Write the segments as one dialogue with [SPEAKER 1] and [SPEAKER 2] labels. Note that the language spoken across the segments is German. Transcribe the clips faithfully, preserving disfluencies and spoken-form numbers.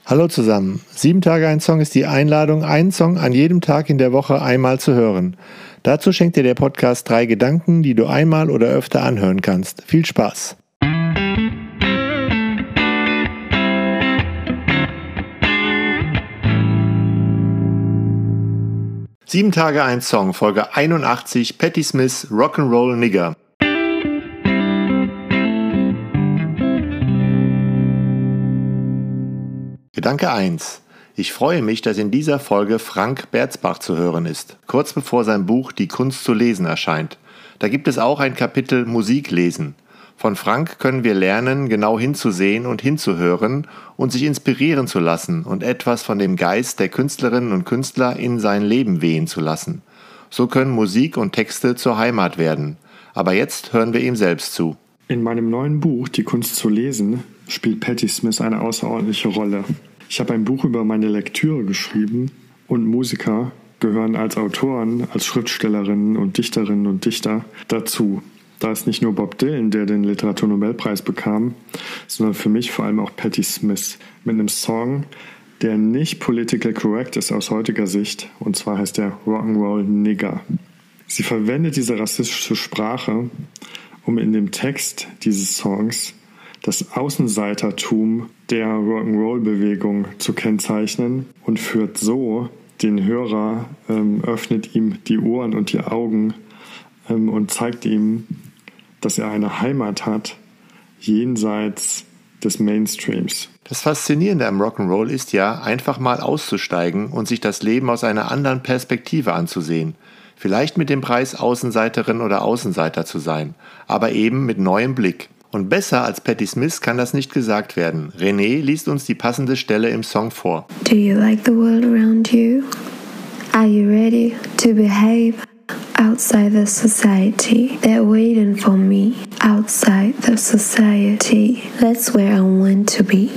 [SPEAKER 1] Hallo zusammen. Sieben Tage ein Song ist die Einladung, einen Song an jedem Tag in der Woche einmal zu hören. Dazu schenkt dir der Podcast drei Gedanken, die du einmal oder öfter anhören kannst. Viel Spaß! Sieben Tage ein Song, Folge einundachtzig, Patti Smith, Rock'n'Roll Nigger. Gedanke eins. Ich freue mich, dass in dieser Folge Frank Berzbach zu hören ist, kurz bevor sein Buch Die Kunst zu lesen erscheint. Da gibt es auch ein Kapitel Musik lesen. Von Frank können wir lernen, genau hinzusehen und hinzuhören und sich inspirieren zu lassen und etwas von dem Geist der Künstlerinnen und Künstler in sein Leben wehen zu lassen. So können Musik und Texte zur Heimat werden. Aber jetzt hören wir ihm selbst zu.
[SPEAKER 2] In meinem neuen Buch Die Kunst zu lesen spielt Patti Smith eine außerordentliche Rolle. Ich habe ein Buch über meine Lektüre geschrieben und Musiker gehören als Autoren, als Schriftstellerinnen und Dichterinnen und Dichter dazu. Da ist nicht nur Bob Dylan, der den Literaturnobelpreis bekam, sondern für mich vor allem auch Patti Smith mit einem Song, der nicht political correct ist aus heutiger Sicht, und zwar heißt der Rock'n'Roll Nigger. Sie verwendet diese rassistische Sprache, um in dem Text dieses Songs das Außenseitertum der Rock'n'Roll-Bewegung zu kennzeichnen und führt so den Hörer, ähm, öffnet ihm die Ohren und die Augen ähm, und zeigt ihm, dass er eine Heimat hat jenseits des Mainstreams.
[SPEAKER 1] Das Faszinierende am Rock'n'Roll ist ja, einfach mal auszusteigen und sich das Leben aus einer anderen Perspektive anzusehen. Vielleicht mit dem Preis, Außenseiterin oder Außenseiter zu sein, aber eben mit neuem Blick. Und besser als Patti Smith kann das nicht gesagt werden. René liest uns die passende Stelle im Song vor.
[SPEAKER 3] Do you like the world around you? Are you ready to behave? Outside the society, they're waiting for me. Outside the society, that's where I want to be.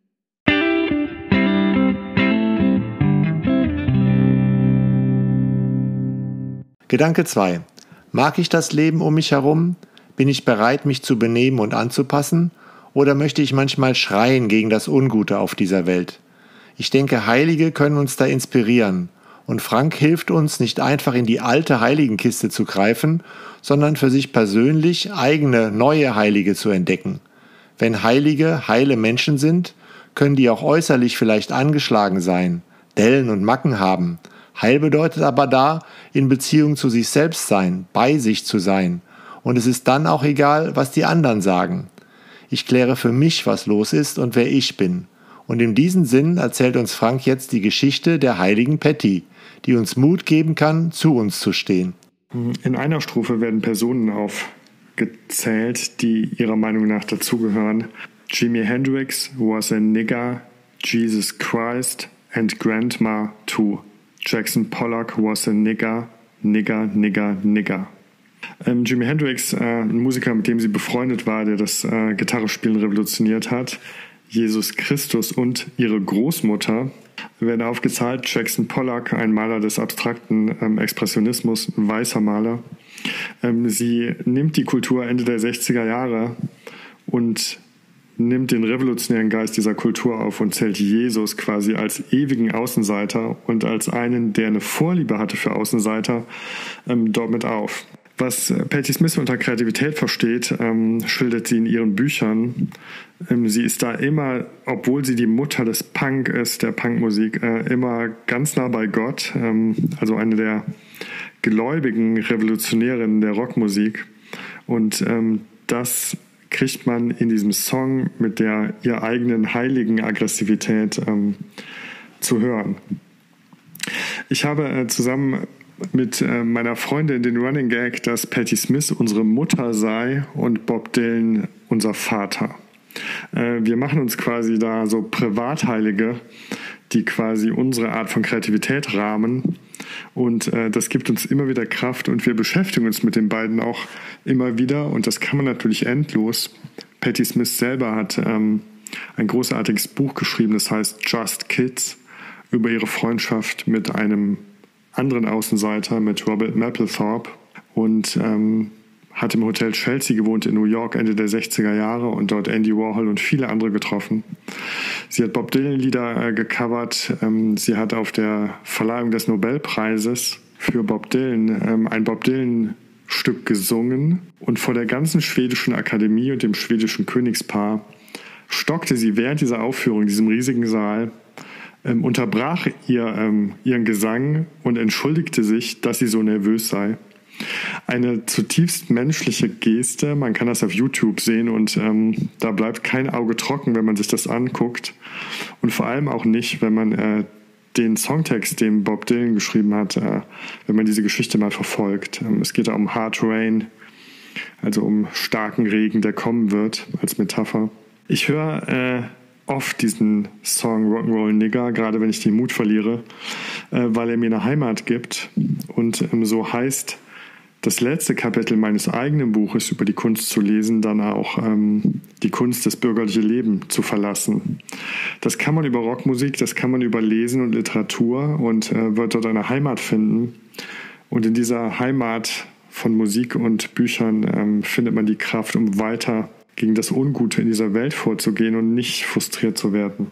[SPEAKER 1] Gedanke zwei. Mag ich das Leben um mich herum? Bin ich bereit, mich zu benehmen und anzupassen? Oder möchte ich manchmal schreien gegen das Ungute auf dieser Welt? Ich denke, Heilige können uns da inspirieren. Und Frank hilft uns, nicht einfach in die alte Heiligenkiste zu greifen, sondern für sich persönlich eigene, neue Heilige zu entdecken. Wenn Heilige heile Menschen sind, können die auch äußerlich vielleicht angeschlagen sein, Dellen und Macken haben. Heil bedeutet aber da, in Beziehung zu sich selbst sein, bei sich zu sein. Und es ist dann auch egal, was die anderen sagen. Ich kläre für mich, was los ist und wer ich bin. Und in diesem Sinn erzählt uns Frank jetzt die Geschichte der heiligen Patti, die uns Mut geben kann, zu uns zu stehen.
[SPEAKER 2] In einer Strophe werden Personen aufgezählt, die ihrer Meinung nach dazugehören. Jimi Hendrix was a nigger, Jesus Christ and Grandma too. Jackson Pollock was a nigger, nigger, nigger, nigger. Ähm, Jimi Hendrix, äh, ein Musiker, mit dem sie befreundet war, der das äh, Gitarrespielen revolutioniert hat. Jesus Christus und ihre Großmutter werden aufgezählt. Jackson Pollock, ein Maler des abstrakten ähm, Expressionismus, ein weißer Maler. Ähm, sie nimmt die Kultur Ende der sechziger Jahre und nimmt den revolutionären Geist dieser Kultur auf und zählt Jesus quasi als ewigen Außenseiter und als einen, der eine Vorliebe hatte für Außenseiter, ähm, dort mit auf. Was Patti Smith unter Kreativität versteht, ähm, schildert sie in ihren Büchern. Ähm, sie ist da immer, obwohl sie die Mutter des Punk ist, der Punkmusik, äh, immer ganz nah bei Gott. Ähm, also eine der gläubigen Revolutionärinnen der Rockmusik. Und ähm, das kriegt man in diesem Song mit der ihr eigenen heiligen Aggressivität ähm, zu hören. Ich habe äh, zusammen mit äh, meiner Freundin den Running Gag, dass Patti Smith unsere Mutter sei und Bob Dylan unser Vater. Äh, wir machen uns quasi da so Privatheilige, die quasi unsere Art von Kreativität rahmen. Und äh, das gibt uns immer wieder Kraft und wir beschäftigen uns mit den beiden auch immer wieder. Und das kann man natürlich endlos. Patti Smith selber hat ähm, ein großartiges Buch geschrieben, das heißt Just Kids, über ihre Freundschaft mit einem anderen Außenseiter, mit Robert Mapplethorpe. Und ähm, hat im Hotel Chelsea gewohnt in New York Ende der sechziger Jahre und dort Andy Warhol und viele andere getroffen. Sie hat Bob Dylan-Lieder äh, gecovert. Ähm, sie hat auf der Verleihung des Nobelpreises für Bob Dylan ähm, ein Bob Dylan-Stück gesungen. Und vor der ganzen schwedischen Akademie und dem schwedischen Königspaar stockte sie während dieser Aufführung in diesem riesigen Saal, ähm, unterbrach ihr, ähm, ihren Gesang und entschuldigte sich, dass sie so nervös sei. Eine zutiefst menschliche Geste, man kann das auf YouTube sehen und ähm, da bleibt kein Auge trocken, wenn man sich das anguckt und vor allem auch nicht, wenn man äh, den Songtext, den Bob Dylan geschrieben hat, äh, wenn man diese Geschichte mal verfolgt. Ähm, es geht da um Hard Rain, also um starken Regen, der kommen wird, als Metapher. Ich höre äh, oft diesen Song Rock'n'Roll Nigger, gerade wenn ich den Mut verliere, äh, weil er mir eine Heimat gibt und ähm, so heißt das letzte Kapitel meines eigenen Buches über die Kunst zu lesen, dann auch ähm, die Kunst, das bürgerliche Leben zu verlassen. Das kann man über Rockmusik, das kann man über Lesen und Literatur und äh, wird dort eine Heimat finden. Und in dieser Heimat von Musik und Büchern ähm, findet man die Kraft, um weiter gegen das Ungute in dieser Welt vorzugehen und nicht frustriert zu werden.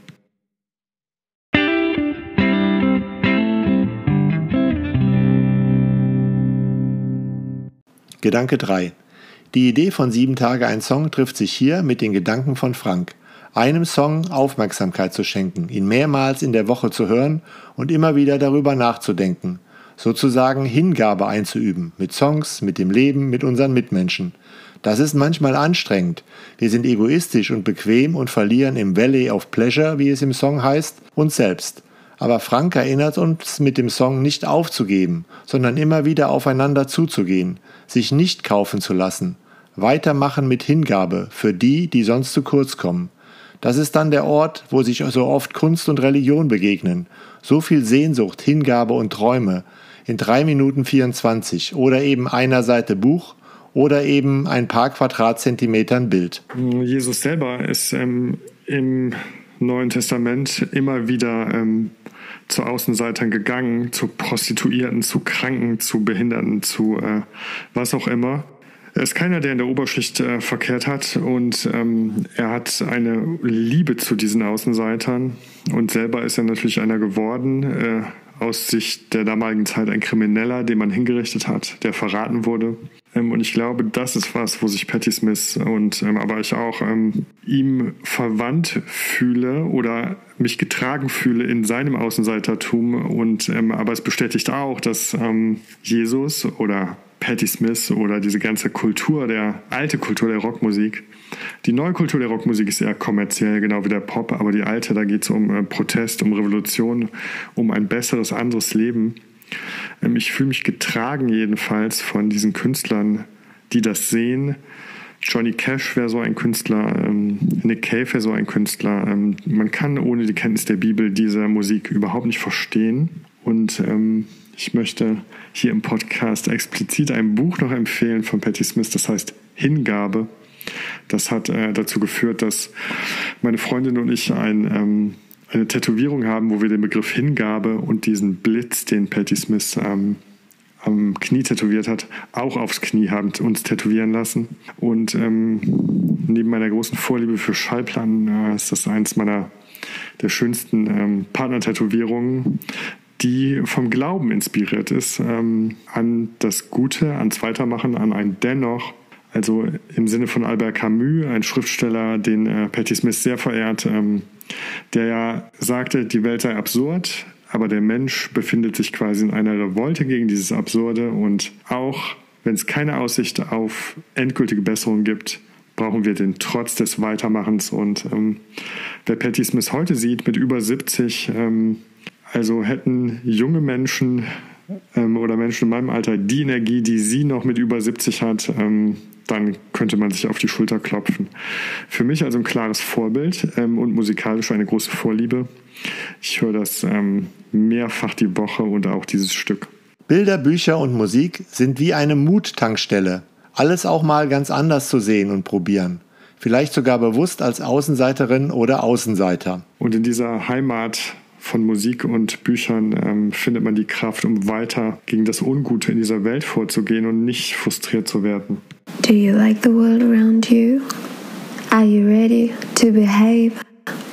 [SPEAKER 1] Gedanke drei. Die Idee von sieben Tage ein Song trifft sich hier mit den Gedanken von Frank. Einem Song Aufmerksamkeit zu schenken, ihn mehrmals in der Woche zu hören und immer wieder darüber nachzudenken. Sozusagen Hingabe einzuüben, mit Songs, mit dem Leben, mit unseren Mitmenschen. Das ist manchmal anstrengend. Wir sind egoistisch und bequem und verlieren im Valley of Pleasure, wie es im Song heißt, uns selbst. Aber Frank erinnert uns mit dem Song nicht aufzugeben, sondern immer wieder aufeinander zuzugehen, sich nicht kaufen zu lassen, weitermachen mit Hingabe für die, die sonst zu kurz kommen. Das ist dann der Ort, wo sich so oft Kunst und Religion begegnen. So viel Sehnsucht, Hingabe und Träume in drei Minuten vierundzwanzig oder eben einer Seite Buch oder eben ein paar Quadratzentimetern Bild.
[SPEAKER 2] Jesus selber ist ähm, im Neuen Testament immer wieder ähm, zu Außenseitern gegangen, zu Prostituierten, zu Kranken, zu Behinderten, zu äh, was auch immer. Er ist keiner, der in der Oberschicht äh, verkehrt hat und ähm, er hat eine Liebe zu diesen Außenseitern und selber ist er natürlich einer geworden, äh, aus Sicht der damaligen Zeit ein Krimineller, den man hingerichtet hat, der verraten wurde. Ähm, und ich glaube, das ist was, wo sich Patti Smith und ähm, aber ich auch ähm, ihm verwandt fühle oder mich getragen fühle in seinem Außenseitertum. Und ähm, aber es bestätigt auch, dass ähm, Jesus oder Patti Smith oder diese ganze Kultur, der alte Kultur der Rockmusik, die neue Kultur der Rockmusik ist eher kommerziell, genau wie der Pop, aber die alte, da geht es um äh, Protest, um Revolution, um ein besseres, anderes Leben. Ähm, ich fühle mich getragen jedenfalls von diesen Künstlern, die das sehen. Johnny Cash wäre so ein Künstler, ähm, Nick Cave wäre so ein Künstler. Ähm, man kann ohne die Kenntnis der Bibel diese Musik überhaupt nicht verstehen. Und ähm, ich möchte hier im Podcast explizit ein Buch noch empfehlen von Patti Smith, das heißt Hingabe. Das hat äh, dazu geführt, dass meine Freundin und ich ein, ähm, eine Tätowierung haben, wo wir den Begriff Hingabe und diesen Blitz, den Patti Smith ähm, am Knie tätowiert hat, auch aufs Knie haben uns tätowieren lassen. Und ähm, neben meiner großen Vorliebe für Schallplatten äh, ist das eins meiner der schönsten ähm, Partner-Tätowierungen, die vom Glauben inspiriert ist, ähm, an das Gute, ans Weitermachen, an ein Dennoch. Also im Sinne von Albert Camus, ein Schriftsteller, den äh, Patti Smith sehr verehrt, ähm, der ja sagte, die Welt sei absurd, aber der Mensch befindet sich quasi in einer Revolte gegen dieses Absurde und auch wenn es keine Aussicht auf endgültige Besserung gibt, brauchen wir den Trotz des Weitermachens. Und ähm, wer Patti Smith heute sieht, mit über siebzig, ähm, also hätten junge Menschen ähm, oder Menschen in meinem Alter die Energie, die sie noch mit über siebzig hat, ähm, dann könnte man sich auf die Schulter klopfen. Für mich also ein klares Vorbild ähm, und musikalisch eine große Vorliebe. Ich höre das ähm, mehrfach die Woche und auch dieses Stück.
[SPEAKER 1] Bilder, Bücher und Musik sind wie eine Muttankstelle. Alles auch mal ganz anders zu sehen und probieren. Vielleicht sogar bewusst als Außenseiterin oder Außenseiter.
[SPEAKER 2] Und in dieser Heimat von Musik und Büchern ähm, findet man die Kraft, um weiter gegen das Ungute in dieser Welt vorzugehen und nicht frustriert zu werden.
[SPEAKER 3] Do you like the world around you? Are you ready to behave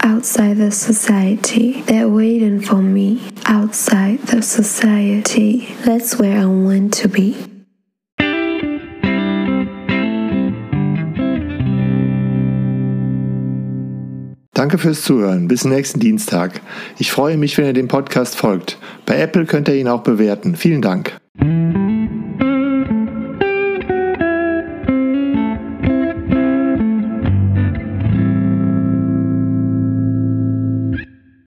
[SPEAKER 3] outside the society. They're waiting for me outside the society. That's where I want to be.
[SPEAKER 1] Danke fürs Zuhören. Bis nächsten Dienstag. Ich freue mich, wenn ihr dem Podcast folgt. Bei Apple könnt ihr ihn auch bewerten. Vielen Dank.